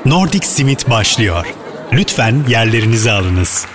Nordic Simit başlıyor. Lütfen yerlerinizi alınız.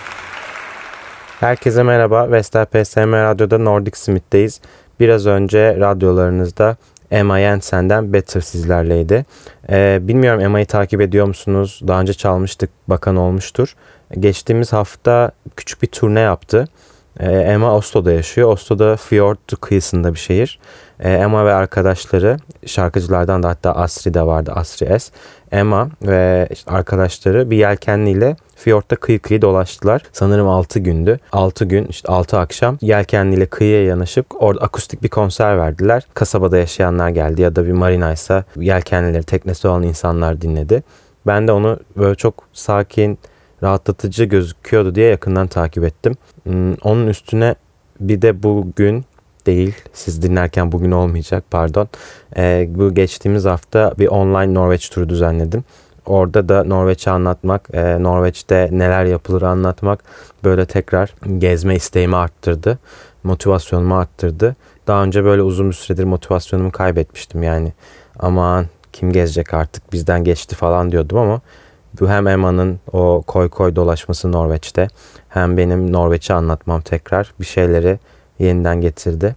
Herkese merhaba. Vestel PSM Radyo'da Nordic Simit'teyiz. Biraz önce radyolarınızda Emma Jensen'den Better sizlerleydi. Bilmiyorum, Emma'yı takip ediyor musunuz? Daha önce çalmıştık, bakan olmuştur. Geçtiğimiz hafta küçük bir turne yaptı. Emma Oslo'da yaşıyor. Oslo'da Fjord kıyısında bir şehir. Emma ve arkadaşları, şarkıcılardan da hatta Asri de vardı, Asri S. Emma ve arkadaşları bir yelkenliyle Fjord'da kıyı dolaştılar. Sanırım 6 gündü. 6 gün, 6 akşam yelkenliyle kıyıya yanaşıp orada akustik bir konser verdiler. Kasabada yaşayanlar geldi ya da bir marinaysa yelkenlileri, teknesi olan insanlar dinledi. Ben de onu böyle çok sakin, rahatlatıcı gözüküyordu diye yakından takip ettim. Onun üstüne bir de bugün değil, siz dinlerken bugün olmayacak, pardon. Bu geçtiğimiz hafta bir online Norveç turu düzenledim. Orada da Norveç'i anlatmak, Norveç'te neler yapılır anlatmak böyle tekrar gezme isteğimi arttırdı. Motivasyonumu arttırdı. Daha önce böyle uzun bir süredir motivasyonumu kaybetmiştim yani. Aman kim gezecek artık, bizden geçti falan diyordum ama bu hem Emma'nın o koy dolaşması Norveç'te hem benim Norveç'i anlatmam tekrar bir şeyleri yeniden getirdi.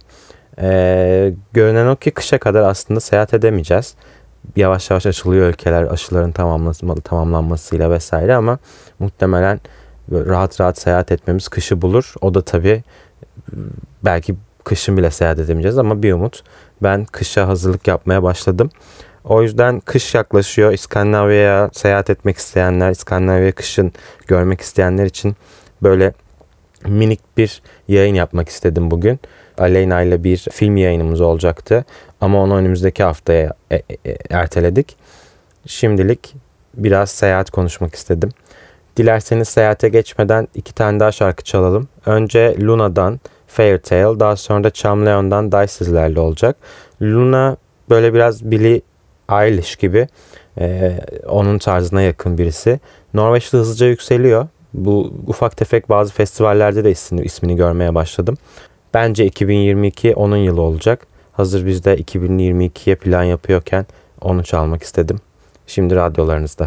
Görünen o ki kışa kadar aslında seyahat edemeyeceğiz. Yavaş yavaş açılıyor ülkeler aşıların tamamlanmasıyla vesaire ama muhtemelen rahat seyahat etmemiz kışı bulur. O da tabii belki kışın bile seyahat edemeyeceğiz ama bir umut. Ben kışa hazırlık yapmaya başladım. O yüzden kış yaklaşıyor. İskandinavya'ya seyahat etmek isteyenler, İskandinavya'yı kışın görmek isteyenler için böyle minik bir yayın yapmak istedim bugün. Aleyna ile bir film yayınımız olacaktı. Ama onu önümüzdeki haftaya erteledik. Şimdilik biraz seyahat konuşmak istedim. Dilerseniz seyahate geçmeden 2 tane daha şarkı çalalım. Önce Luna'dan Fairytale, daha sonra da Chameleon'dan Die sizlerle olacak. Luna böyle biraz Billie Eilish gibi, onun tarzına yakın birisi. Norveç'te hızlıca yükseliyor. Bu ufak tefek bazı festivallerde de ismini görmeye başladım. Bence 2022 onun yılı olacak. Hazır biz de 2022'ye plan yapıyorken onu çalmak istedim. Şimdi radyolarınızda.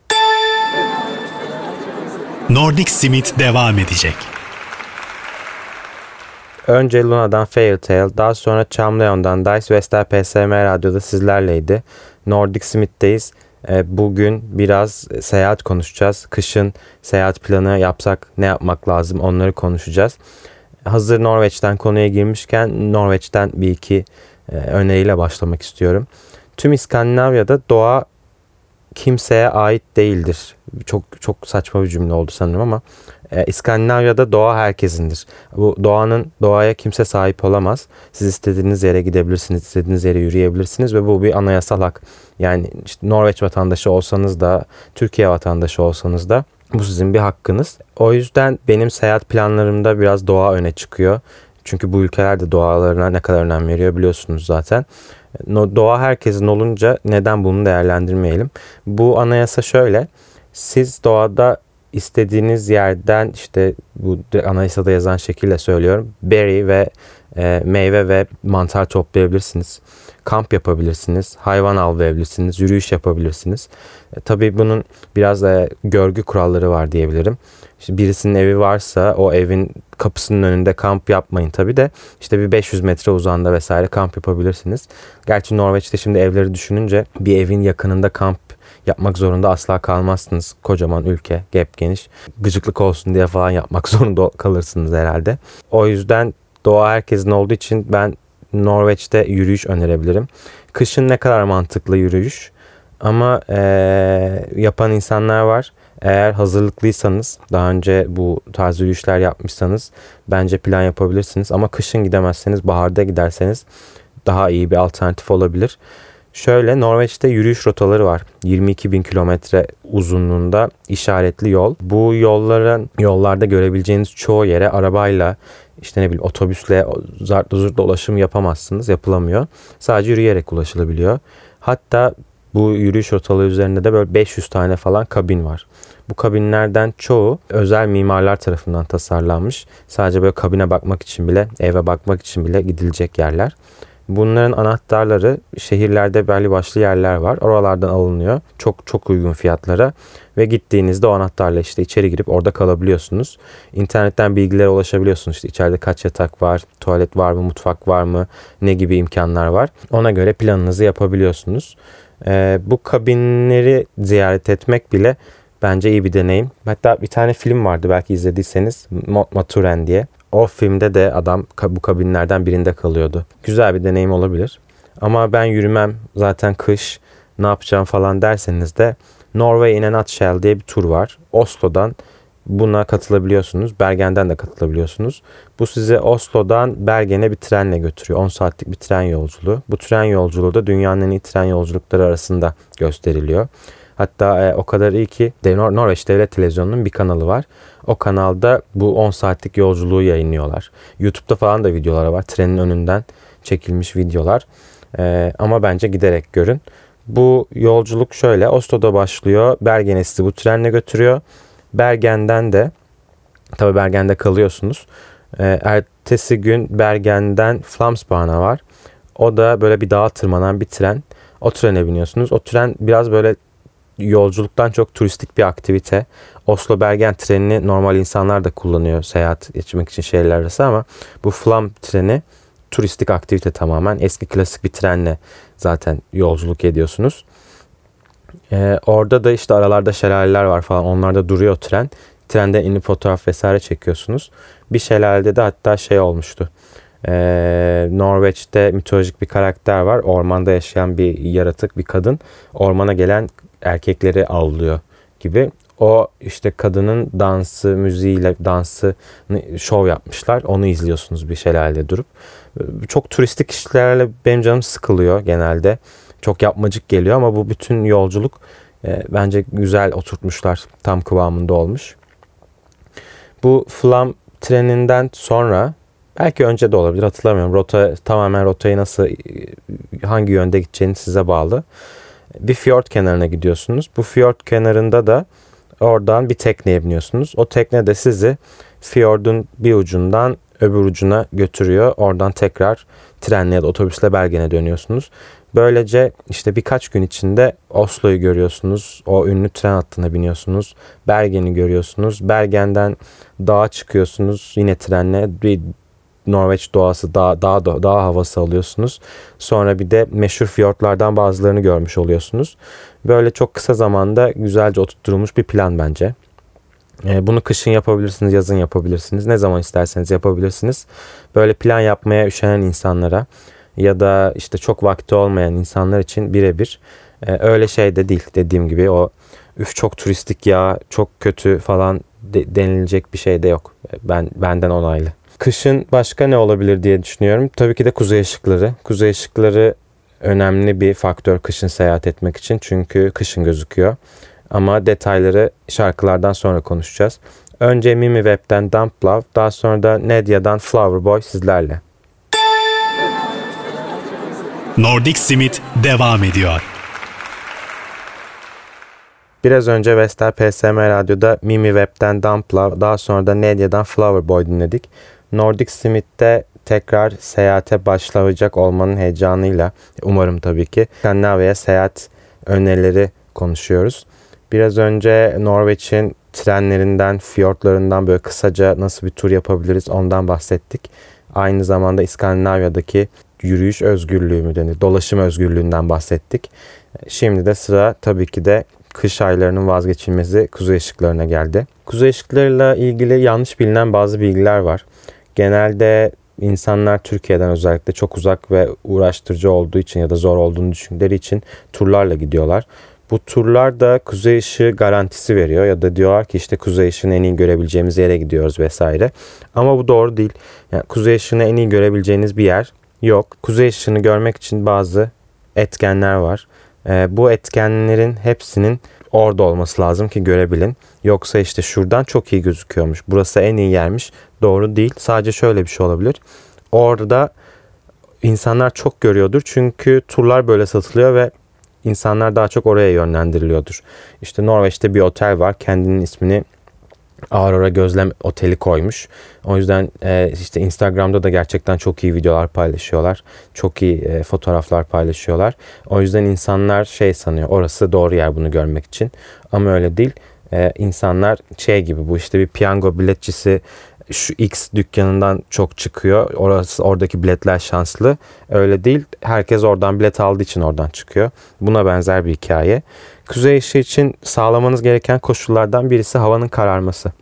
Nordic Simit devam edecek. Önce Luna'dan Fairytale, daha sonra Chameleon'dan Dice. Vestel PSM Radyo'da sizlerleydi. Nordic Simit'teyiz. Bugün biraz seyahat konuşacağız. Kışın seyahat planı yapsak ne yapmak lazım, onları konuşacağız. Hazır Norveç'ten konuya girmişken Norveç'ten bir iki öneriyle başlamak istiyorum. Tüm İskandinavya'da doğa kimseye ait değildir. Çok saçma bir cümle oldu sanırım ama İskandinavya'da doğa herkesindir. Bu doğaya kimse sahip olamaz. Siz istediğiniz yere gidebilirsiniz, istediğiniz yere yürüyebilirsiniz ve bu bir anayasal hak. Yani işte Norveç vatandaşı olsanız da, Türkiye vatandaşı olsanız da bu sizin bir hakkınız. O yüzden benim seyahat planlarımda biraz doğa öne çıkıyor. Çünkü bu ülkeler de doğalarına ne kadar önem veriyor biliyorsunuz zaten. Doğa herkesin olunca neden bunu değerlendirmeyelim? Bu anayasa şöyle: siz doğada istediğiniz yerden, işte bu anayasada yazan şekilde söylüyorum, berry ve meyve ve mantar toplayabilirsiniz. Kamp yapabilirsiniz, hayvan avlayabilirsiniz, yürüyüş yapabilirsiniz. Tabii bunun biraz görgü kuralları var diyebilirim. İşte birisinin evi varsa o evin kapısının önünde kamp yapmayın tabii de işte bir 500 metre uzağında vesaire kamp yapabilirsiniz. Gerçi Norveç'te şimdi evleri düşününce bir evin yakınında kamp yapmak zorunda asla kalmazsınız. Kocaman ülke, geniş. Gıcıklık olsun diye falan yapmak zorunda kalırsınız herhalde. O yüzden doğa herkesin olduğu için ben Norveç'te yürüyüş önerebilirim. Kışın ne kadar mantıklı yürüyüş ama yapan insanlar var. Eğer hazırlıklıysanız, daha önce bu tarz yürüyüşler yapmışsanız bence plan yapabilirsiniz. Ama kışın gidemezseniz, baharda giderseniz daha iyi bir alternatif olabilir. Şöyle, Norveç'te yürüyüş rotaları var. 22.000 kilometre uzunluğunda işaretli yol. Bu yollarda görebileceğiniz çoğu yere arabayla, işte ne bileyim otobüsle, zartla zurtla ulaşım yapamazsınız. Yapılamıyor. Sadece yürüyerek ulaşılabiliyor. Hatta bu yürüyüş rotaları üzerinde de böyle 500 tane falan kabin var. Bu kabinlerden çoğu özel mimarlar tarafından tasarlanmış. Sadece böyle kabine bakmak için bile, eve bakmak için bile gidilecek yerler. Bunların anahtarları şehirlerde belli başlı yerler var. Oralardan alınıyor. Çok çok uygun fiyatlara. Ve gittiğinizde o anahtarla işte içeri girip orada kalabiliyorsunuz. İnternetten bilgilere ulaşabiliyorsunuz. İşte içeride kaç yatak var, tuvalet var mı, mutfak var mı, ne gibi imkanlar var. Ona göre planınızı yapabiliyorsunuz. Bu kabinleri ziyaret etmek bile bence iyi bir deneyim. Hatta bir tane film vardı, belki izlediyseniz, Maturen diye. O filmde de adam bu kabinlerden birinde kalıyordu. Güzel bir deneyim olabilir. Ama ben yürümem, zaten kış, ne yapacağım falan derseniz de Norway in a Nutshell diye bir tur var. Oslo'dan buna katılabiliyorsunuz. Bergen'den de katılabiliyorsunuz. Bu sizi Oslo'dan Bergen'e bir trenle götürüyor. 10 saatlik bir tren yolculuğu. Bu tren yolculuğu da dünyanın en iyi tren yolculukları arasında gösteriliyor. Hatta o kadar iyi ki Norveç Devlet Televizyonu'nun bir kanalı var. O kanalda bu 10 saatlik yolculuğu yayınlıyorlar. YouTube'da falan da videoları var. Trenin önünden çekilmiş videolar. Ama bence giderek görün. Bu yolculuk şöyle. Oslo'da başlıyor. Bergen'e sizi bu trenle götürüyor. Bergen'den de, tabii Bergen'de kalıyorsunuz. Ertesi gün Bergen'den Flåmsbana var. O da böyle bir dağa tırmanan bir tren. O trene biniyorsunuz. O tren biraz böyle yolculuktan çok turistik bir aktivite. Oslo-Bergen trenini normal insanlar da kullanıyor seyahat etmek için şehirler arası, ama bu Flam treni turistik aktivite tamamen. Eski klasik bir trenle zaten yolculuk ediyorsunuz. Orada da işte aralarda şelaleler var falan. Onlarda duruyor tren. Trende inip fotoğraf vesaire çekiyorsunuz. Bir şelalede de hatta şey olmuştu. Norveç'te mitolojik bir karakter var. Ormanda yaşayan bir yaratık, bir kadın. Ormana gelen erkekleri avlıyor gibi. O işte kadının dansı, müziğiyle dansı şov yapmışlar. Onu izliyorsunuz bir şelalede durup. Çok turistik işlerle benim canım sıkılıyor genelde. Çok yapmacık geliyor ama bu bütün yolculuk bence güzel oturtmuşlar. Tam kıvamında olmuş. Bu Flam treninden sonra, belki önce de olabilir, hatırlamıyorum. Tamamen rotayı nasıl, hangi yönde gideceğiniz size bağlı. Bir fiyort kenarına gidiyorsunuz. Bu fiyort kenarında da oradan bir tekneye biniyorsunuz. O tekne de sizi fiyordun bir ucundan öbür ucuna götürüyor. Oradan tekrar trenle ya da otobüsle Bergen'e dönüyorsunuz. Böylece işte birkaç gün içinde Oslo'yu görüyorsunuz. O ünlü tren hattına biniyorsunuz. Bergen'i görüyorsunuz. Bergen'den dağa çıkıyorsunuz. Yine trenle bir Norveç doğası, dağ havası alıyorsunuz. Sonra bir de meşhur fiyortlardan bazılarını görmüş oluyorsunuz. Böyle çok kısa zamanda güzelce oturtulmuş bir plan bence. Bunu kışın yapabilirsiniz, yazın yapabilirsiniz. Ne zaman isterseniz yapabilirsiniz. Böyle plan yapmaya üşenen insanlara ya da işte çok vakti olmayan insanlar için birebir. Öyle şey de değil, dediğim gibi o çok turistik ya, çok kötü falan denilecek bir şey de yok. Benden onaylı. Kışın başka ne olabilir diye düşünüyorum. Tabii ki de kuzey ışıkları. Kuzey ışıkları önemli bir faktör kışın seyahat etmek için. Çünkü kışın gözüküyor. Ama detayları şarkılardan sonra konuşacağız. Önce Mimi Web'den Dump Love, daha sonra da Nedia'dan Flower Boy sizlerle. Nordic Simit devam ediyor. Biraz önce Vestel PSM Radyo'da Mimi Web'den Dump Love, daha sonra da Nedia'dan Flower Boy dinledik. Nordic Simit'te tekrar seyahate başlayacak olmanın heyecanıyla, umarım tabii ki, Skandinavya'ya seyahat önerileri konuşuyoruz. Biraz önce Norveç'in trenlerinden, fiyortlarından böyle kısaca nasıl bir tur yapabiliriz ondan bahsettik. Aynı zamanda İskandinavya'daki yürüyüş özgürlüğü mü denir, dolaşım özgürlüğünden bahsettik. Şimdi de sıra tabii ki de kış aylarının vazgeçilmezi kuzey ışıklarına geldi. Kuzey ışıklarıyla ilgili yanlış bilinen bazı bilgiler var. Genelde insanlar Türkiye'den özellikle çok uzak ve uğraştırıcı olduğu için ya da zor olduğunu düşündükleri için turlarla gidiyorlar. Bu turlar da kuzey ışığı garantisi veriyor ya da diyorlar ki işte kuzey ışığını en iyi görebileceğimiz yere gidiyoruz vesaire. Ama bu doğru değil. Yani kuzey ışığını en iyi görebileceğiniz bir yer yok. Kuzey ışığını görmek için bazı etkenler var. Bu etkenlerin hepsinin orada olması lazım ki görebilin. Yoksa işte şuradan çok iyi gözüküyormuş, burası en iyi yermiş. Doğru değil. Sadece şöyle bir şey olabilir. Orada insanlar çok görüyordur. Çünkü turlar böyle satılıyor ve insanlar daha çok oraya yönlendiriliyordur. İşte Norveç'te bir otel var. Kendinin ismini Aurora Gözlem Oteli koymuş. O yüzden işte Instagram'da da gerçekten çok iyi videolar paylaşıyorlar. Çok iyi fotoğraflar paylaşıyorlar. O yüzden insanlar şey sanıyor, orası doğru yer bunu görmek için. Ama öyle değil. İnsanlar şey gibi, bu işte bir piyango biletçisi şu X dükkanından çok çıkıyor. Oradaki biletler şanslı. Öyle değil. Herkes oradan bilet aldığı için oradan çıkıyor. Buna benzer bir hikaye. Kuzey ışığı için sağlamanız gereken koşullardan birisi havanın kararması.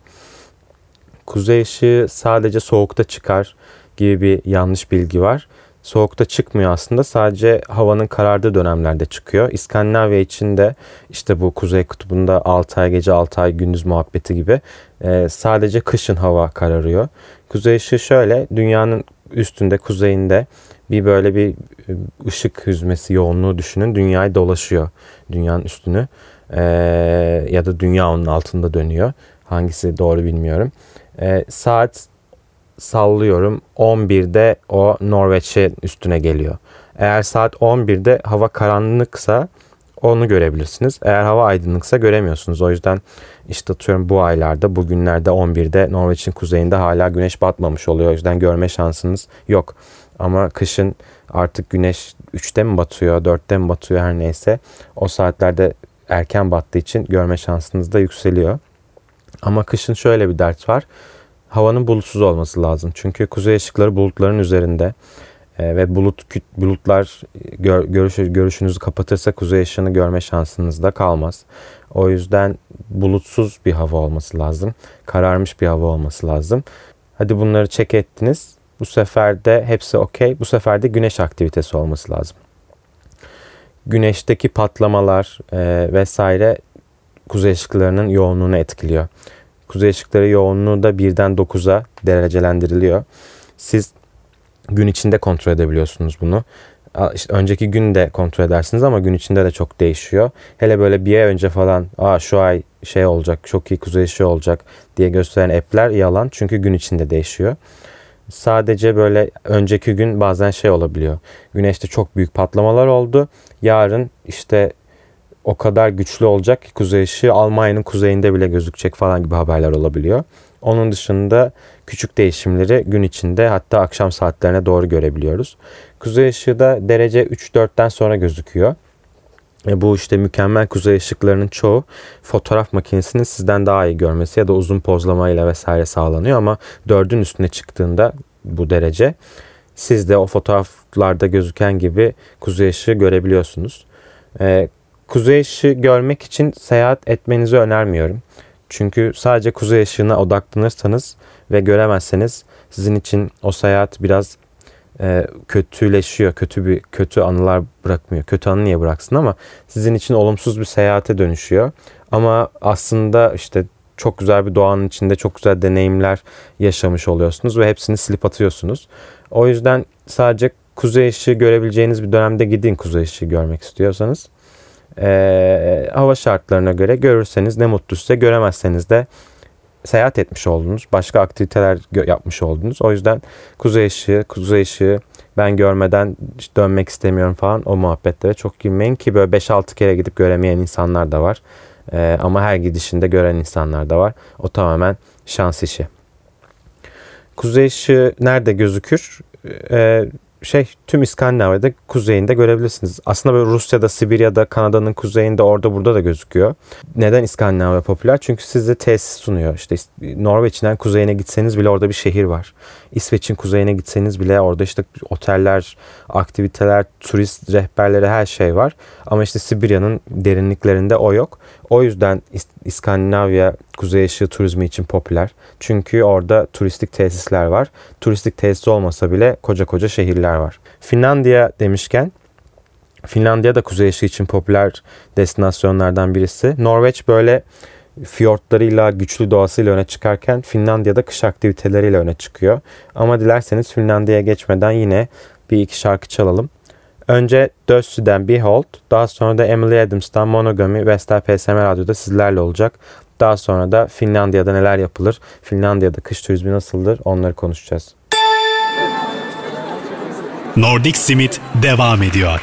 Kuzey ışığı sadece soğukta çıkar gibi bir yanlış bilgi var. Soğukta çıkmıyor aslında. Sadece havanın karardığı dönemlerde çıkıyor. İskandinavya için de işte bu Kuzey Kutbu'nda 6 ay gece 6 ay gündüz muhabbeti gibi sadece kışın hava kararıyor. Kuzey ışığı şöyle, dünyanın üstünde, kuzeyinde böyle bir ışık hüzmesi yoğunluğu düşünün. Dünyayı dolaşıyor. Dünyanın üstünü ya da dünya onun altında dönüyor. Hangisi doğru bilmiyorum. Saat sallıyorum 11'de o Norveç'in üstüne geliyor. Eğer saat 11'de hava karanlıksa onu görebilirsiniz. Eğer hava aydınlıksa göremiyorsunuz. O yüzden işte atıyorum bu aylarda, bugünlerde 11'de Norveç'in kuzeyinde hala güneş batmamış oluyor. O yüzden görme şansınız yok. Ama kışın artık güneş 3'te mi batıyor, 4'te mi batıyor, her neyse. O saatlerde erken battığı için görme şansınız da yükseliyor. Ama kışın şöyle bir dert var. Havanın bulutsuz olması lazım. Çünkü kuzey ışıkları bulutların üzerinde ve bulutlar görüşünüzü kapatırsa kuzey ışığını görme şansınız da kalmaz. O yüzden bulutsuz bir hava olması lazım. Kararmış bir hava olması lazım. Hadi bunları check ettiniz. Bu sefer de hepsi okey. Bu sefer de güneş aktivitesi olması lazım. Güneşteki patlamalar vesaire kuzey ışıklarının yoğunluğunu etkiliyor. Kuzey ışıkları yoğunluğu da 1'den 9'a derecelendiriliyor. Siz gün içinde kontrol edebiliyorsunuz bunu. İşte önceki gün de kontrol edersiniz ama gün içinde de çok değişiyor. Hele böyle bir ay önce falan şu ay şey olacak, çok iyi kuzey ışığı olacak diye gösteren app'ler yalan. Çünkü gün içinde değişiyor. Sadece böyle önceki gün bazen şey olabiliyor. Güneşte çok büyük patlamalar oldu. Yarın işte o kadar güçlü olacak ki kuzey ışığı Almanya'nın kuzeyinde bile gözükecek falan gibi haberler olabiliyor. Onun dışında küçük değişimleri gün içinde, hatta akşam saatlerine doğru görebiliyoruz. Kuzey ışığı da derece 3-4'ten sonra gözüküyor. Bu işte mükemmel kuzey ışıklarının çoğu fotoğraf makinesinin sizden daha iyi görmesi ya da uzun pozlamayla vesaire sağlanıyor ama 4'ün üstüne çıktığında bu derece, siz de o fotoğraflarda gözüken gibi kuzey ışığı görebiliyorsunuz. Kuzey ışığı görmek için seyahat etmenizi önermiyorum. Çünkü sadece kuzey ışığına odaklanırsanız ve göremezseniz sizin için o seyahat biraz kötüleşiyor. Kötü anılar bırakmıyor. Kötü anı niye bıraksın, ama sizin için olumsuz bir seyahate dönüşüyor. Ama aslında işte çok güzel bir doğanın içinde çok güzel deneyimler yaşamış oluyorsunuz ve hepsini silip atıyorsunuz. O yüzden sadece kuzey ışığı görebileceğiniz bir dönemde gidin kuzey ışığı görmek istiyorsanız. Hava şartlarına göre görürseniz ne mutlu size, göremezseniz de seyahat etmiş oldunuz. Başka aktiviteler yapmış oldunuz. O yüzden kuzey ışığı ben görmeden dönmek istemiyorum falan, o muhabbetlere çok girmeyin ki böyle 5-6 kere gidip göremeyen insanlar da var. Ama her gidişinde gören insanlar da var. O tamamen şans işi. Kuzey ışığı nerede gözükür? Tüm İskandinavya'da kuzeyinde görebilirsiniz. Aslında böyle Rusya'da, Sibirya'da, Kanada'nın kuzeyinde, orada burada da gözüküyor. Neden İskandinavya popüler? Çünkü size tesis sunuyor. İşte Norveç'ten kuzeyine gitseniz bile orada bir şehir var. İsveç'in kuzeyine gitseniz bile orada işte oteller, aktiviteler, turist rehberleri, her şey var. Ama işte Sibirya'nın derinliklerinde o yok. O yüzden İskandinavya kuzey ışığı turizmi için popüler. Çünkü orada turistik tesisler var. Turistik tesis olmasa bile koca koca şehirler var. Finlandiya demişken, Finlandiya da kuzey ışığı için popüler destinasyonlardan birisi. Norveç böyle fiyortlarıyla, güçlü doğasıyla öne çıkarken Finlandiya'da kış aktiviteleriyle öne çıkıyor. Ama dilerseniz Finlandiya'ya geçmeden yine bir iki şarkı çalalım. Önce Dödsü'den Behold, daha sonra da Emily Adams'tan Monogamy Vestel PSM Radyo'da sizlerle olacak. Daha sonra da Finlandiya'da neler yapılır, Finlandiya'da kış turizmi nasıldır, onları konuşacağız. Nordic Simit devam ediyor.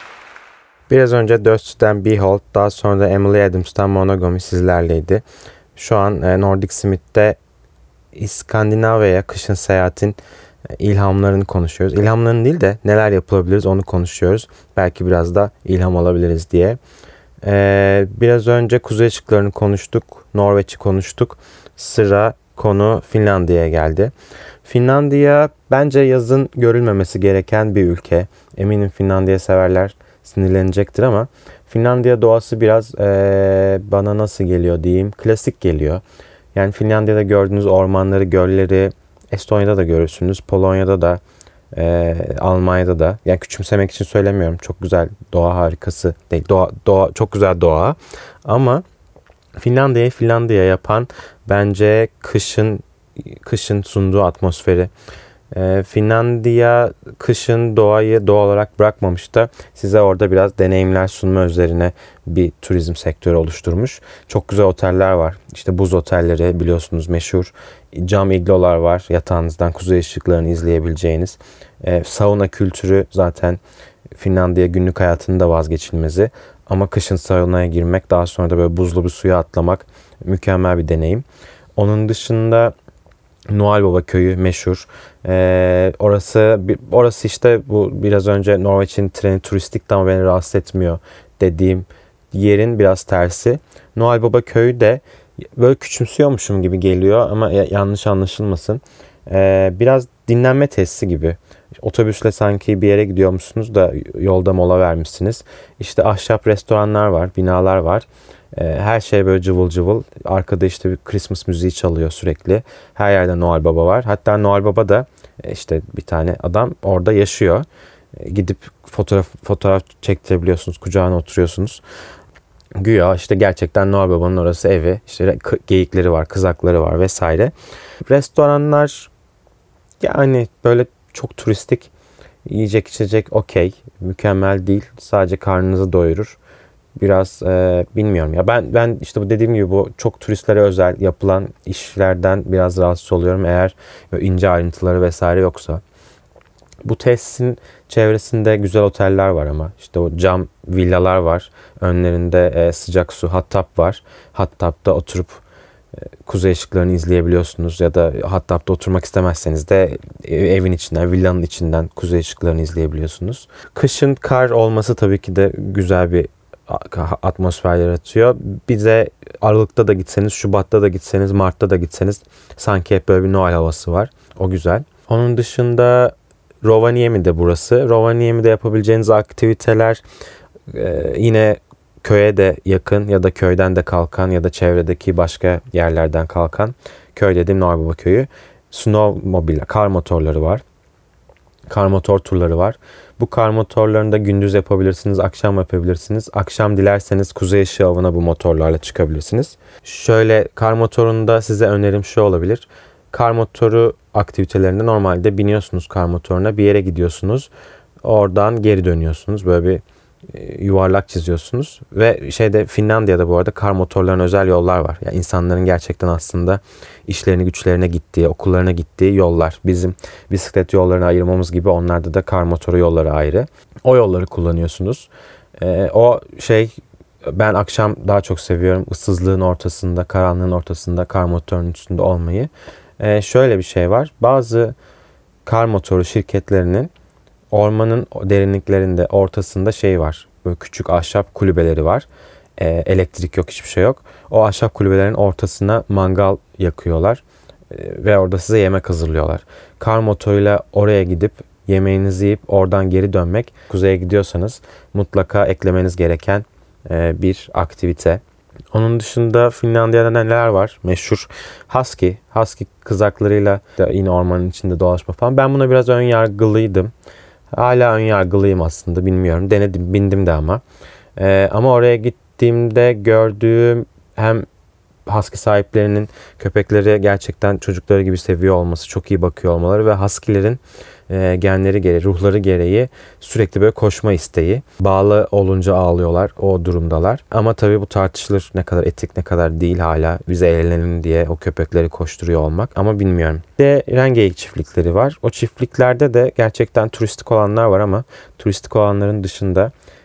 Biraz önce Dödsü'den Behold, daha sonra da Emily Adams'tan Monogamy sizlerleydi. Şu an Nordic Smith'te İskandinavya'ya kışın seyahatin ilhamlarını konuşuyoruz. İlhamlarını değil de neler yapılabiliriz onu konuşuyoruz. Belki biraz da ilham alabiliriz diye. Biraz önce kuzey ışıklarını konuştuk. Norveç'i konuştuk. Sıra konu Finlandiya'ya geldi. Finlandiya bence yazın görülmemesi gereken bir ülke. Eminim Finlandiya severler sinirlenecektir ama Finlandiya doğası biraz bana nasıl geliyor diyeyim, klasik geliyor. Yani Finlandiya'da gördüğünüz ormanları, gölleri Estonya'da da görürsünüz. Polonya'da da, Almanya'da da. Yani küçümsemek için söylemiyorum. Çok güzel doğa harikası değil. Doğa çok güzel doğa. Ama Finlandiya yapan bence kışın sunduğu atmosferi. Finlandiya kışın doğayı doğal olarak bırakmamış da size orada biraz deneyimler sunma üzerine bir turizm sektörü oluşturmuş. Çok güzel oteller var. İşte buz otelleri biliyorsunuz meşhur. Cam iglolar var. Yatağınızdan kuzey ışıklarını izleyebileceğiniz. Sauna kültürü zaten Finlandiya günlük hayatının da vazgeçilmezi. Ama kışın saunaya girmek, daha sonra da böyle buzlu bir suya atlamak mükemmel bir deneyim. Onun dışında Noel Baba köyü meşhur. Orası işte bu biraz önce Norveç'in treni turistikti ama beni rahatsız etmiyor dediğim yerin biraz tersi. Noel Baba köyü de böyle küçümsüyormuşum gibi geliyor ama yanlış anlaşılmasın. Biraz dinlenme tesisi gibi. Otobüsle sanki bir yere gidiyormuşsunuz da yolda mola vermişsiniz. İşte ahşap restoranlar var, binalar var. Her şey böyle cıvıl cıvıl. Arkada işte bir Christmas müziği çalıyor sürekli. Her yerde Noel Baba var. Hatta Noel Baba da işte bir tane adam orada yaşıyor. Gidip fotoğraf çektirebiliyorsunuz. Kucağına oturuyorsunuz. Güya işte gerçekten Noel Baba'nın orası evi. İşte geyikleri var, kızakları var vesaire. Restoranlar yani böyle çok turistik. Yiyecek içecek okey. Mükemmel değil. Sadece karnınızı doyurur. Biraz bilmiyorum ya. Ben işte bu dediğim gibi bu çok turistlere özel yapılan işlerden biraz rahatsız oluyorum. Eğer ince ayrıntıları vesaire yoksa. Bu tesisin çevresinde güzel oteller var ama. İşte o cam villalar var. Önlerinde sıcak su hot tub var. Hot tub'da oturup kuzey ışıklarını izleyebiliyorsunuz. Ya da hot tub'da oturmak istemezseniz de evin içinden, villanın içinden kuzey ışıklarını izleyebiliyorsunuz. Kışın kar olması tabii ki de güzel bir atmosfer yaratıyor. Bize Aralık'ta da gitseniz, Şubat'ta da gitseniz, Mart'ta da gitseniz sanki hep böyle bir Noel havası var. O güzel. Onun dışında Rovaniemi'de burası. Rovaniemi'de yapabileceğiniz aktiviteler yine köye de yakın ya da köyden de kalkan ya da çevredeki başka yerlerden kalkan. Köy dediğim Noel Baba köyü. Snowmobile, kar motorları var. Kar motor turları var. Bu kar motorlarını da gündüz yapabilirsiniz, akşam yapabilirsiniz. Akşam dilerseniz kuzey ışığı avına bu motorlarla çıkabilirsiniz. Şöyle kar motorunda size önerim şu olabilir. Kar motoru aktivitelerinde normalde biniyorsunuz kar motoruna, bir yere gidiyorsunuz. Oradan geri dönüyorsunuz. Böyle bir yuvarlak çiziyorsunuz. Ve Finlandiya'da bu arada kar motorlarına özel yollar var. Yani insanların gerçekten aslında işlerini güçlerine gittiği, okullarına gittiği yollar. Bizim bisiklet yollarını ayırmamız gibi onlarda da kar motoru yolları ayrı. O yolları kullanıyorsunuz. Ben akşam daha çok seviyorum. Issızlığın ortasında, karanlığın ortasında kar motorunun üstünde olmayı. Şöyle bir şey var. Bazı kar motoru şirketlerinin ormanın derinliklerinde ortasında var. Böyle küçük ahşap kulübeleri var. Elektrik yok, hiçbir şey yok. O ahşap kulübelerin ortasına mangal yakıyorlar. Ve orada size yemek hazırlıyorlar. Kar motoruyla oraya gidip yemeğinizi yiyip oradan geri dönmek, kuzeye gidiyorsanız mutlaka eklemeniz gereken bir aktivite. Onun dışında Finlandiya'da neler var? Meşhur husky kızaklarıyla da yine ormanın içinde dolaşma falan. Ben buna biraz ön yargılıydım. Hala ön yargılıyım aslında, bilmiyorum. Denedim, bindim de ama. Ama oraya gittiğimde gördüğüm hem husky sahiplerinin köpekleri gerçekten çocukları gibi seviyor olması, çok iyi bakıyor olmaları ve husky'lerin genleri gereği, ruhları gereği sürekli böyle koşma isteği. Bağlı olunca ağlıyorlar, o durumdalar. Ama tabii bu tartışılır, ne kadar etik ne kadar değil, hala bize eğlenelim diye o köpekleri koşturuyor olmak. Ama bilmiyorum. Bir de rengeyik çiftlikleri var. O çiftliklerde de gerçekten turistik olanlar var ama turistik olanların dışında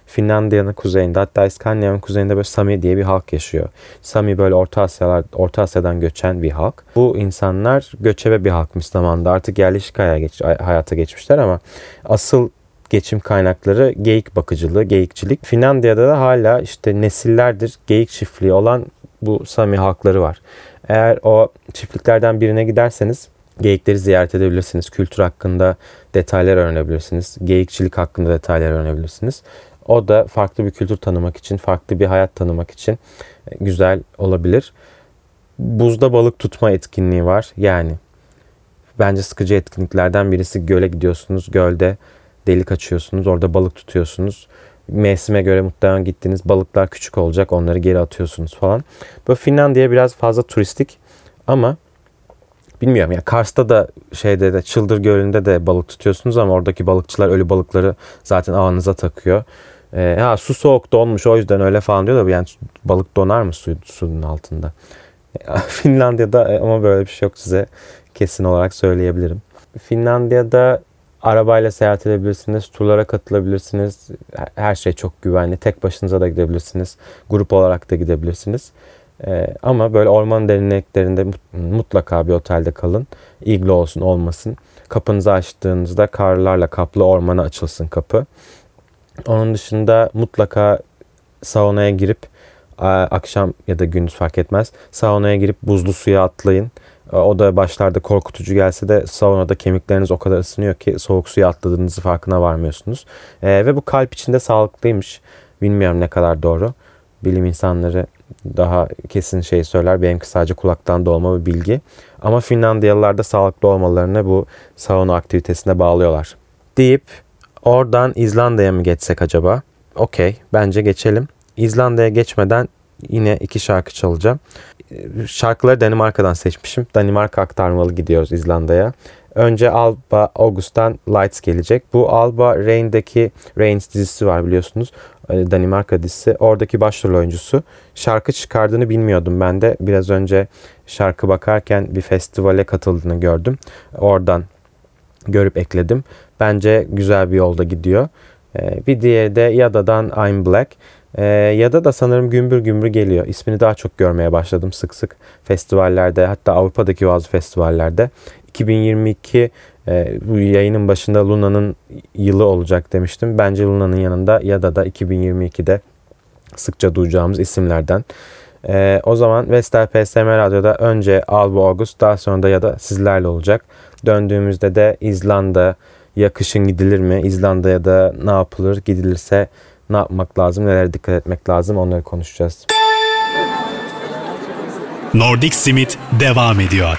Finlandiya'nın kuzeyinde, hatta İskandinav'ın kuzeyinde böyle Sami diye bir halk yaşıyor. Sami böyle Orta Asya'dan göçen bir halk. Bu insanlar göçebe bir halkmış zamanında. Artık yerleşik hayata geçmişler ama asıl geçim kaynakları geyik bakıcılığı, geyikçilik. Finlandiya'da da hala işte nesillerdir geyik çiftliği olan bu Sami halkları var. Eğer o çiftliklerden birine giderseniz geyikleri ziyaret edebilirsiniz. Kültür hakkında detaylar öğrenebilirsiniz. Geyikçilik hakkında detaylar öğrenebilirsiniz. O da farklı bir kültür tanımak için, farklı bir hayat tanımak için güzel olabilir. Buzda balık tutma etkinliği var. Yani bence sıkıcı etkinliklerden birisi. Göle gidiyorsunuz. Gölde delik açıyorsunuz. Orada balık tutuyorsunuz. Mevsime göre muhtemelen gittiğiniz balıklar küçük olacak. Onları geri atıyorsunuz falan. Böyle Finlandiya biraz fazla turistik ama bilmiyorum ya, Kars'ta da şeyde de Çıldır Gölü'nde de balık tutuyorsunuz ama oradaki balıkçılar ölü balıkları zaten ağınıza takıyor. Su soğuk donmuş o yüzden öyle falan diyor da yani balık donar mı suyun altında? Finlandiya'da ama böyle bir şey yok, size kesin olarak söyleyebilirim. Finlandiya'da arabayla seyahat edebilirsiniz, turlara katılabilirsiniz. Her şey çok güvenli. Tek başınıza da gidebilirsiniz. Grup olarak da gidebilirsiniz. Ama böyle orman derinliklerinde mutlaka bir otelde kalın. İglo olsun olmasın. Kapınızı açtığınızda karlarla kaplı ormana açılsın kapı. Onun dışında mutlaka saunaya girip akşam ya da gündüz fark etmez. Saunaya girip buzlu suya atlayın. O da başlarda korkutucu gelse de saunada kemikleriniz o kadar ısınıyor ki soğuk suya atladığınızı farkına varmıyorsunuz. Ve bu kalp için de sağlıklıymış. Bilmiyorum ne kadar doğru. Bilim insanları daha kesin şey söyler. Benimki sadece kulaktan dolma bir bilgi. Ama Finlandiyalılar da sağlıklı olmalarını bu sauna aktivitesine bağlıyorlar. Deyip oradan İzlanda'ya mı geçsek acaba? Okey, bence geçelim. İzlanda'ya geçmeden yine 2 şarkı çalacağım. Şarkıları Danimarka'dan seçmişim. Danimarka aktarmalı gidiyoruz İzlanda'ya. Önce Alba August'tan Lights gelecek. Bu Alba Reigns dizisi var biliyorsunuz. Danimarka dizisi. Oradaki başrol oyuncusu. Şarkı çıkardığını bilmiyordum ben de. Biraz önce şarkı bakarken bir festivale katıldığını gördüm. Oradan görüp ekledim. Bence güzel bir yolda gidiyor. Bir diğeri de Yada'dan I'm Black. Yada da sanırım gümbür gümbür geliyor. İsmini daha çok görmeye başladım sık sık festivallerde, hatta Avrupa'daki bazı festivallerde. 2022 bu yayının başında Luna'nın yılı olacak demiştim. Bence Luna'nın yanında Yada da 2022'de sıkça duyacağımız isimlerden. O zaman Vestel PSM Radyo'da önce Alba August, daha sonra da Yada sizlerle olacak. Döndüğümüzde de İzlanda'ya kışın gidilir mi? İzlanda'ya da ne yapılır? Gidilirse ne yapmak lazım? Nelere dikkat etmek lazım? Onları konuşacağız. Nordic Simit devam ediyor.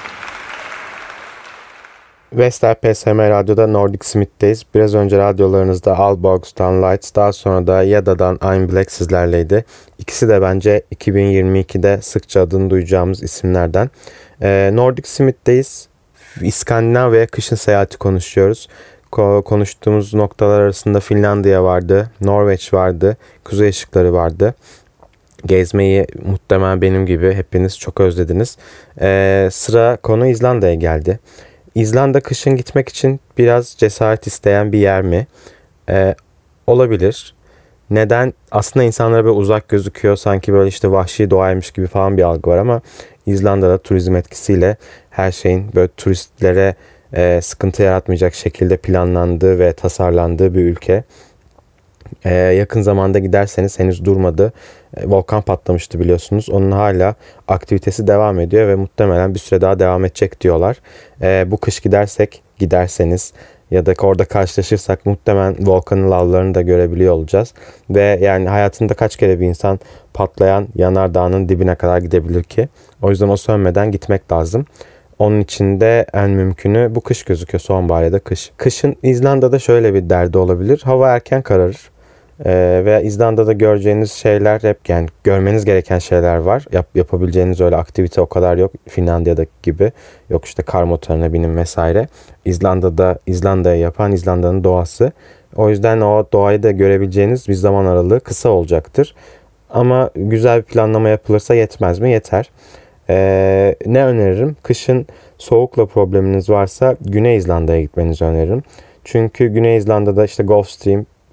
Vestel PSM Radyo'da Nordic Simit'teyiz. Biraz önce radyolarınızda Alba August'tan Lights, daha sonra da Yada'dan I'm Black sizlerleydi. İkisi de bence 2022'de sıkça adını duyacağımız isimlerden. Nordic Simit'teyiz. İskandinavya kışın seyahati konuşuyoruz. Konuştuğumuz noktalar arasında Finlandiya vardı, Norveç vardı, kuzey ışıkları vardı. Gezmeyi muhtemelen benim gibi hepiniz çok özlediniz. Sıra konu İzlanda'ya geldi. İzlanda kışın gitmek için biraz cesaret isteyen bir yer mi? Olabilir. Neden? Aslında insanlara böyle uzak gözüküyor. Sanki böyle işte vahşi doğaymış gibi falan bir algı var ama İzlanda'da turizm etkisiyle her şeyin böyle turistlere sıkıntı yaratmayacak şekilde planlandığı ve tasarlandığı bir ülke. Yakın zamanda giderseniz henüz durmadı. Volkan patlamıştı biliyorsunuz. Onun hala aktivitesi devam ediyor ve muhtemelen bir süre daha devam edecek diyorlar. Bu kış giderseniz ya da orada karşılaşırsak muhtemelen volkanın lavlarını da görebiliyor olacağız. Ve yani hayatında kaç kere bir insan patlayan yanardağın dibine kadar gidebilir ki? O yüzden o sönmeden gitmek lazım. Onun için de en mümkünü bu kış gözüküyor. Sonbahar ya da kış. Kışın İzlanda'da şöyle bir derdi olabilir. Hava erken kararır. Ve İzlanda'da göreceğiniz şeyler hep yani görmeniz gereken şeyler var. Yapabileceğiniz öyle aktivite o kadar yok. Finlandiya'daki gibi. Yok işte kar motoruna binin vesaire. İzlanda'ya yapan İzlanda'nın doğası. O yüzden o doğayı da görebileceğiniz bir zaman aralığı kısa olacaktır. Ama güzel bir planlama yapılırsa yetmez mi? Yeter. Ne öneririm? Kışın soğukla probleminiz varsa Güney İzlanda'ya gitmenizi öneririm. Çünkü Güney İzlanda'da işte Gulf Stream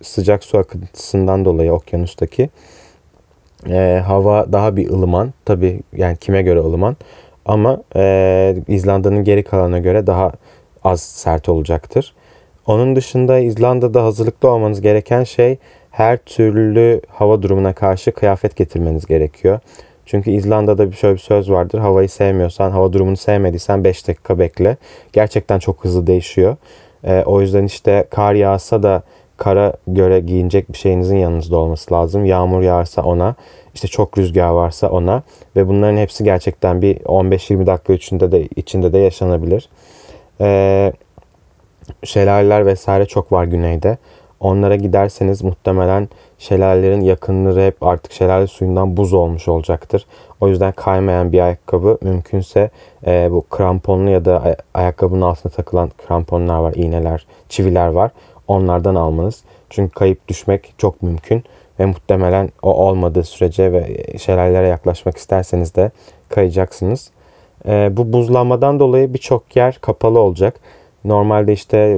sıcak su akıntısından dolayı okyanustaki hava daha bir ılıman. Tabii yani kime göre ılıman. Ama İzlanda'nın geri kalanına göre daha az sert olacaktır. Onun dışında İzlanda'da hazırlıklı olmanız gereken şey her türlü hava durumuna karşı kıyafet getirmeniz gerekiyor. Çünkü İzlanda'da şöyle bir söz vardır. Havayı sevmiyorsan, hava durumunu sevmediysen 5 dakika bekle. Gerçekten çok hızlı değişiyor. O yüzden işte kar yağsa da kara göre giyinecek bir şeyinizin yanınızda olması lazım. Yağmur yağarsa ona, işte çok rüzgar varsa ona ve bunların hepsi gerçekten bir 15-20 dakika içinde de yaşanabilir. Şelaleler vesaire çok var güneyde. Onlara giderseniz muhtemelen şelalelerin yakınları hep artık şelale suyundan buz olmuş olacaktır. O yüzden kaymayan bir ayakkabı, mümkünse bu kramponlu ya da ayakkabının altına takılan kramponlar var, iğneler, çiviler var. Onlardan almanız. Çünkü kayıp düşmek çok mümkün ve muhtemelen o olmadığı sürece ve şelalelere yaklaşmak isterseniz de kayacaksınız. Bu buzlanmadan dolayı birçok yer kapalı olacak. Normalde işte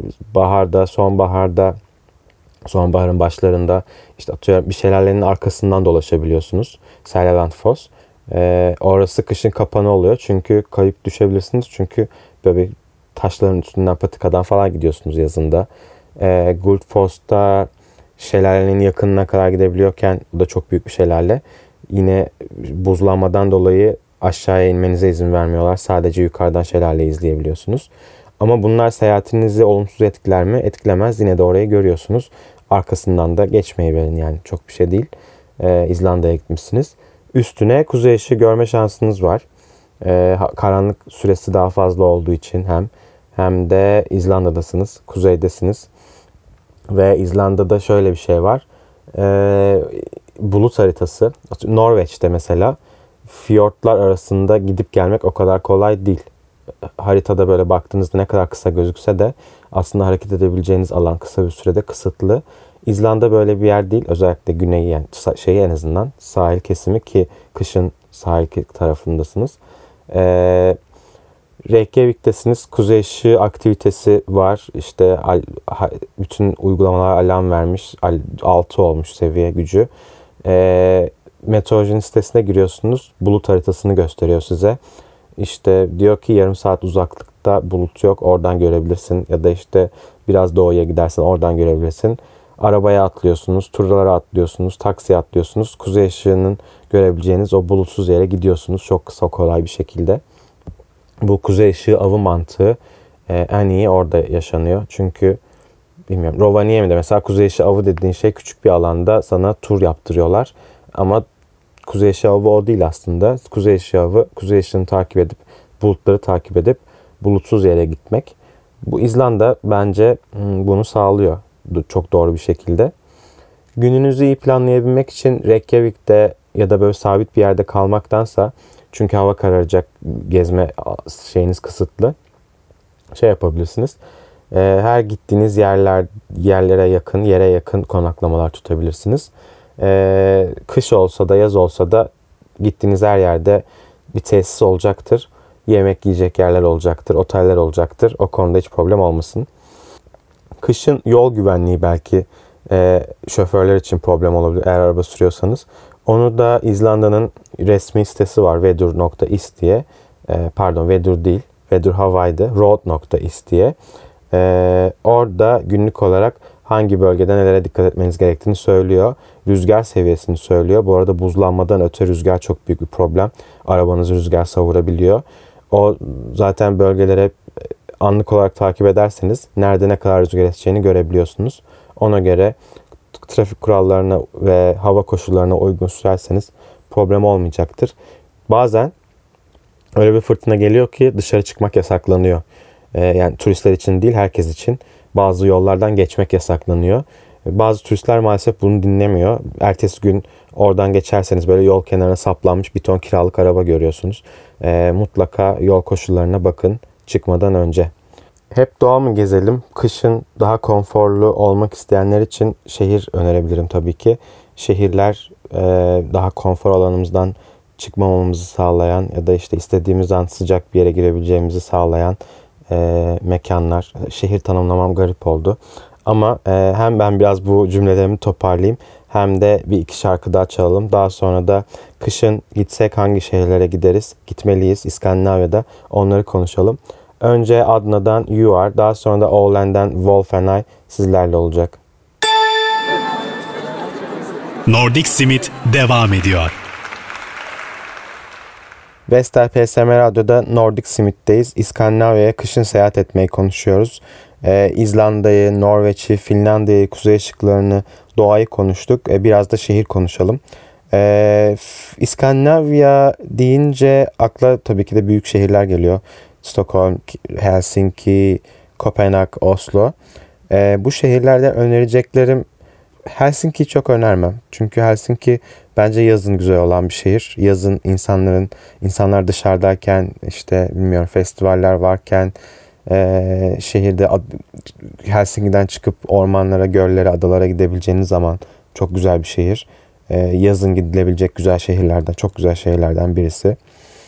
sonbaharın başlarında işte atıyorum bir şelalenin arkasından dolaşabiliyorsunuz. Seljalandsfoss. Orası kışın kapanı oluyor. Çünkü kayıp düşebilirsiniz. Çünkü böyle taşların üstünden patikadan falan gidiyorsunuz yazında. Gullfoss'ta şelalenin yakınına kadar gidebiliyorken, bu da çok büyük bir şelale. Yine buzlanmadan dolayı aşağıya inmenize izin vermiyorlar. Sadece yukarıdan şelaleyi izleyebiliyorsunuz. Ama bunlar seyahatinizi olumsuz etkiler mi? Etkilemez. Yine de orayı görüyorsunuz. Arkasından da geçmeyi verin, yani çok bir şey değil. İzlanda'ya gitmişsiniz. Üstüne kuzey ışığı görme şansınız var. Karanlık süresi daha fazla olduğu için hem de İzlanda'dasınız, kuzeydesiniz. Ve İzlanda'da şöyle bir şey var. Bulut haritası. Norveç'te mesela fiyortlar arasında gidip gelmek o kadar kolay değil. Haritada böyle baktığınızda ne kadar kısa gözükse de aslında hareket edebileceğiniz alan kısa bir sürede kısıtlı. İzlanda böyle bir yer değil. Özellikle güneyi, yani en azından sahil kesimi, ki kışın sahil tarafındasınız. Reykjavik'tesiniz. Kuzey ışığı aktivitesi var. İşte bütün uygulamalar alarm vermiş. 6 olmuş seviye gücü. Meteorolojinin sitesine giriyorsunuz. Bulut haritasını gösteriyor size. İşte diyor ki yarım saat uzaklıkta bulut yok, oradan görebilirsin. Ya da işte biraz doğuya gidersen oradan görebilirsin. Arabaya atlıyorsunuz, turlara atlıyorsunuz, taksiye atlıyorsunuz. Kuzey ışığının görebileceğiniz o bulutsuz yere gidiyorsunuz. Çok kısa, kolay bir şekilde. Bu kuzey ışığı avı mantığı en iyi orada yaşanıyor. Çünkü bilmiyorum, Rovaniemi'de mesela kuzey ışığı avı dediğin şey küçük bir alanda sana tur yaptırıyorlar. Ama kuzey ışığı avı o değil aslında. Kuzey ışığı avı, kuzey ışığını takip edip, bulutları takip edip bulutsuz yere gitmek. Bu İzlanda bence bunu sağlıyor çok doğru bir şekilde. Gününüzü iyi planlayabilmek için Reykjavik'te ya da böyle sabit bir yerde kalmaktansa, çünkü hava kararacak, gezme şeyiniz kısıtlı, şey yapabilirsiniz. Her gittiğiniz yere yakın konaklamalar tutabilirsiniz. Kış olsa da yaz olsa da gittiğiniz her yerde bir tesis olacaktır. Yemek yiyecek yerler olacaktır. Oteller olacaktır. O konuda hiç problem olmasın. Kışın yol güvenliği belki şoförler için problem olabilir eğer araba sürüyorsanız. Onu da İzlanda'nın resmi sitesi var, vedur.is diye. Vedur değil. Vedur Hawaii'de road.is diye. Orada günlük olarak hangi bölgede nelere dikkat etmeniz gerektiğini söylüyor. Rüzgar seviyesini söylüyor. Bu arada buzlanmadan öte rüzgar çok büyük bir problem. Arabanızı rüzgar savurabiliyor. O zaten bölgelere anlık olarak takip ederseniz nerede ne kadar rüzgar eseceğini görebiliyorsunuz. Ona göre trafik kurallarına ve hava koşullarına uygun sürerseniz problem olmayacaktır. Bazen öyle bir fırtına geliyor ki dışarı çıkmak yasaklanıyor. Yani turistler için değil, herkes için. Bazı yollardan geçmek yasaklanıyor. Bazı turistler maalesef bunu dinlemiyor. Ertesi gün oradan geçerseniz böyle yol kenarına saplanmış bir ton kiralık araba görüyorsunuz. Mutlaka yol koşullarına bakın çıkmadan önce. Hep doğa mı gezelim? Kışın daha konforlu olmak isteyenler için şehir önerebilirim tabii ki. Şehirler daha konfor alanımızdan çıkmamamızı sağlayan ya da işte istediğimiz an sıcak bir yere girebileceğimizi sağlayan mekanlar. Şehir tanımlamam garip oldu. Ama hem ben biraz bu cümlelerimi toparlayayım hem de bir iki şarkı daha çalalım. Daha sonra da kışın gitsek hangi şehirlere gideriz, gitmeliyiz İskandinavya'da, onları konuşalım. Önce Adna'dan You Are, daha sonra da Oğlen'den Wolf and I sizlerle olacak. Nordic Simit devam ediyor. Vestel PSM Radyo'da Nordic Simit'teyiz. İskandinavya'ya kışın seyahat etmeyi konuşuyoruz. İzlanda'yı, Norveç'i, Finlandiya'yı, kuzey ışıklarını, doğayı konuştuk. Biraz da şehir konuşalım. İskandinavya deyince akla tabii ki de büyük şehirler geliyor. Stockholm, Helsinki, Kopenhag, Oslo. Bu şehirlerde önereceklerim, Helsinki'yi çok önermem. Çünkü Helsinki bence yazın güzel olan bir şehir. Yazın insanlar dışarıdayken, işte bilmiyorum, festivaller varken şehirde Helsinki'den çıkıp ormanlara, göllere, adalara gidebileceğiniz zaman çok güzel bir şehir. Yazın gidilebilecek güzel şehirlerden, çok güzel şehirlerden birisi.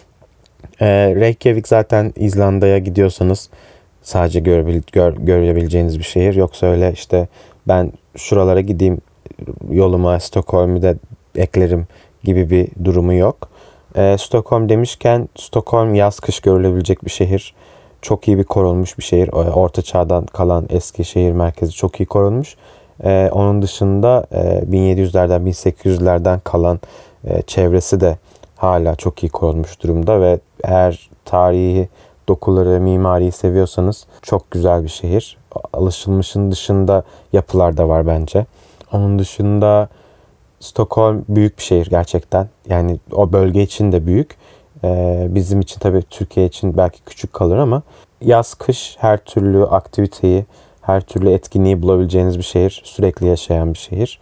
Reykjavik zaten İzlanda'ya gidiyorsanız sadece görebileceğiniz bir şehir. Yoksa öyle işte ben şuralara gideyim, yoluma Stockholm'u da eklerim gibi bir durumu yok. Stockholm demişken, Stockholm yaz kış görülebilecek bir şehir. Çok iyi bir korunmuş bir şehir. Orta Çağ'dan kalan eski şehir merkezi çok iyi korunmuş. Onun dışında 1700'lerden 1800'lerden kalan çevresi de hala çok iyi korunmuş durumda ve eğer tarihi dokuları, mimariyi seviyorsanız çok güzel bir şehir. Alışılmışın dışında yapılar da var bence. Onun dışında Stockholm büyük bir şehir gerçekten. Yani o bölge için de büyük. Bizim için tabii, Türkiye için belki küçük kalır ama yaz kış her türlü aktiviteyi, her türlü etkinliği bulabileceğiniz bir şehir. Sürekli yaşayan bir şehir.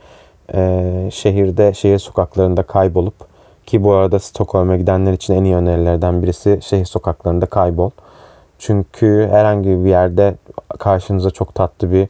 Şehir sokaklarında kaybolup, ki bu arada Stockholm'a gidenler için en iyi önerilerden birisi şehir sokaklarında kaybol. Çünkü herhangi bir yerde karşınıza çok tatlı bir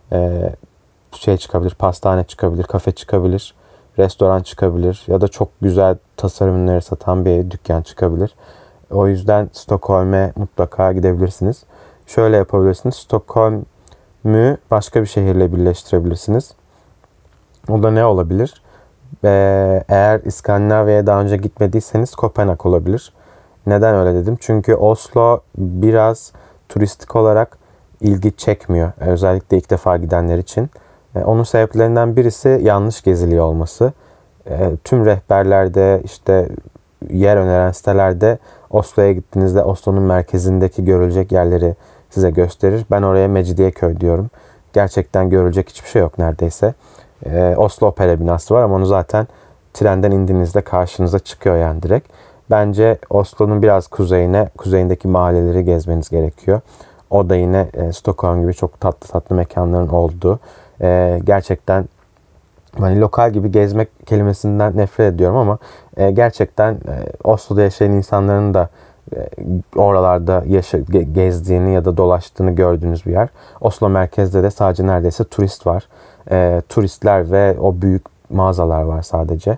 şey çıkabilir, pastane çıkabilir, kafe çıkabilir, restoran çıkabilir ya da çok güzel tasarım ürünleri satan bir dükkan çıkabilir. O yüzden Stockholm'e mutlaka gidebilirsiniz. Şöyle yapabilirsiniz. Stockholm'ü başka bir şehirle birleştirebilirsiniz. O da ne olabilir? Eğer İskandinavya'ya daha önce gitmediyseniz Kopenhag olabilir. Neden öyle dedim? Çünkü Oslo biraz turistik olarak ilgi çekmiyor. Özellikle ilk defa gidenler için. Onun sebeplerinden birisi yanlış geziliyor olması. Tüm rehberlerde, işte yer öneren sitelerde Oslo'ya gittiğinizde Oslo'nun merkezindeki görülecek yerleri size gösterir. Ben oraya Mecidiyeköy diyorum. Gerçekten görülecek hiçbir şey yok neredeyse. Oslo Opera binası var ama onu zaten trenden indiğinizde karşınıza çıkıyor yani direkt. Bence Oslo'nun biraz kuzeyindeki mahalleleri gezmeniz gerekiyor. O da yine Stockholm gibi çok tatlı mekanların olduğu. Gerçekten hani lokal gibi gezmek kelimesinden nefret ediyorum ama gerçekten Oslo'da yaşayan insanların da oralarda gezdiğini ya da dolaştığını gördüğünüz bir yer. Oslo merkezde de sadece neredeyse turist var. Turistler ve o büyük mağazalar var sadece.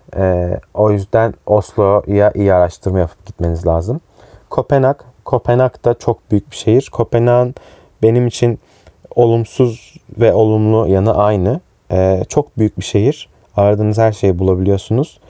O yüzden Oslo'ya iyi araştırma yapıp gitmeniz lazım. Kopenhag da çok büyük bir şehir. Kopenhag'ın benim için olumsuz ve olumlu yanı aynı. Çok büyük bir şehir. Aradığınız her şeyi bulabiliyorsunuz.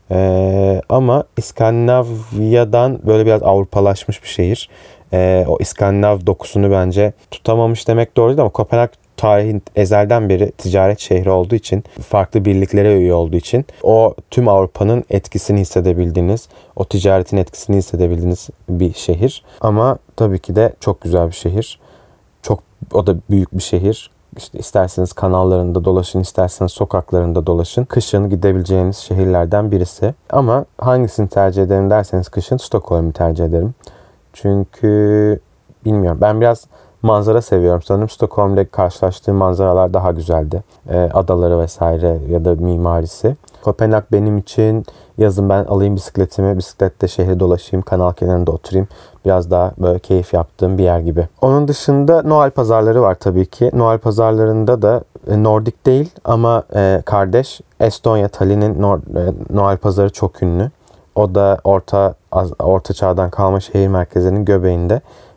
Ama İskandinavya'dan böyle biraz Avrupalaşmış bir şehir. O İskandinav dokusunu bence tutamamış demek doğru değil ama Kopenhag tarihin ezelden beri ticaret şehri olduğu için, farklı birliklere üye olduğu için o tüm Avrupa'nın etkisini hissedebildiğiniz, o ticaretin etkisini hissedebildiğiniz bir şehir. Ama tabii ki de çok güzel bir şehir. O da büyük bir şehir. İşte isterseniz kanallarında dolaşın, isterseniz sokaklarında dolaşın. Kışın gidebileceğiniz şehirlerden birisi. Ama hangisini tercih ederim derseniz kışın Stockholm'u tercih ederim. Çünkü bilmiyorum, ben biraz manzara seviyorum. Sanırım Stockholm'da karşılaştığım manzaralar daha güzeldi. Adaları vesaire ya da mimarisi. Kopenhag benim için yazın ben alayım bisikletimi, bisikletle şehri dolaşayım, kanal kenarında oturayım. Biraz daha böyle keyif yaptığım bir yer gibi. Onun dışında Noel pazarları var tabii ki. Noel pazarlarında da Nordik değil ama kardeş Estonya, Tallinn'in Noel pazarı çok ünlü. O da Orta Çağ'dan kalma şehir merkezinin göbeğinde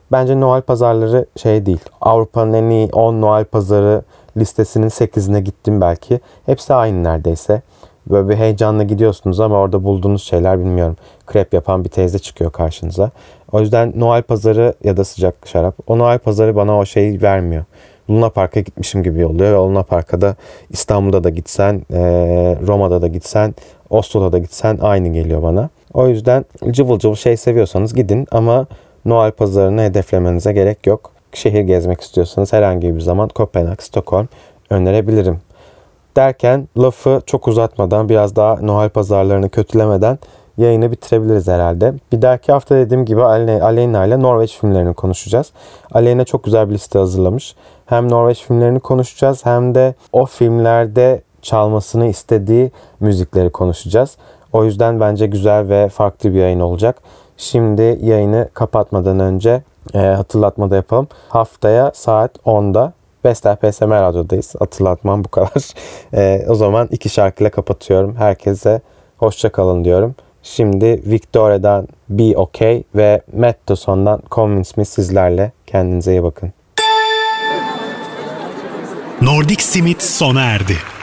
Bence Noel pazarları şey değil. Avrupa'nın en iyi 10 Noel pazarı listesinin 8'ine gittim belki. Hepsi aynı neredeyse. Böyle bir heyecanla gidiyorsunuz ama orada bulduğunuz şeyler bilmiyorum. Krep yapan bir teyze çıkıyor karşınıza. O yüzden Noel pazarı ya da sıcak şarap. O Noel pazarı bana o şeyi vermiyor. Luna Park'a gitmişim gibi oluyor. Ve Luna Park'a da İstanbul'da da gitsen, Roma'da da gitsen, Oslo'da da gitsen aynı geliyor bana. O yüzden cıvıl cıvıl şey seviyorsanız gidin ama Noel pazarını hedeflemenize gerek yok. Şehir gezmek istiyorsanız herhangi bir zaman Kopenhag, Stockholm önerebilirim. Derken lafı çok uzatmadan, biraz daha Noel pazarlarını kötülemeden yayını bitirebiliriz herhalde. Bir dahaki hafta dediğim gibi Aleyna ile Norveç filmlerini konuşacağız. Aleyna çok güzel bir liste hazırlamış. Hem Norveç filmlerini konuşacağız hem de o filmlerde çalmasını istediği müzikleri konuşacağız. O yüzden bence güzel ve farklı bir yayın olacak. Şimdi yayını kapatmadan önce hatırlatma da yapalım. Haftaya saat 10'da Vestel PSM Radyo'dayız. Hatırlatmam bu kadar. O zaman 2 şarkıyla kapatıyorum. Herkese hoşça kalın diyorum. Şimdi Victoria'dan Be Okay ve Matt Dawson'dan Convince Me sizlerle. Kendinize iyi bakın. Nordic Simit sona erdi.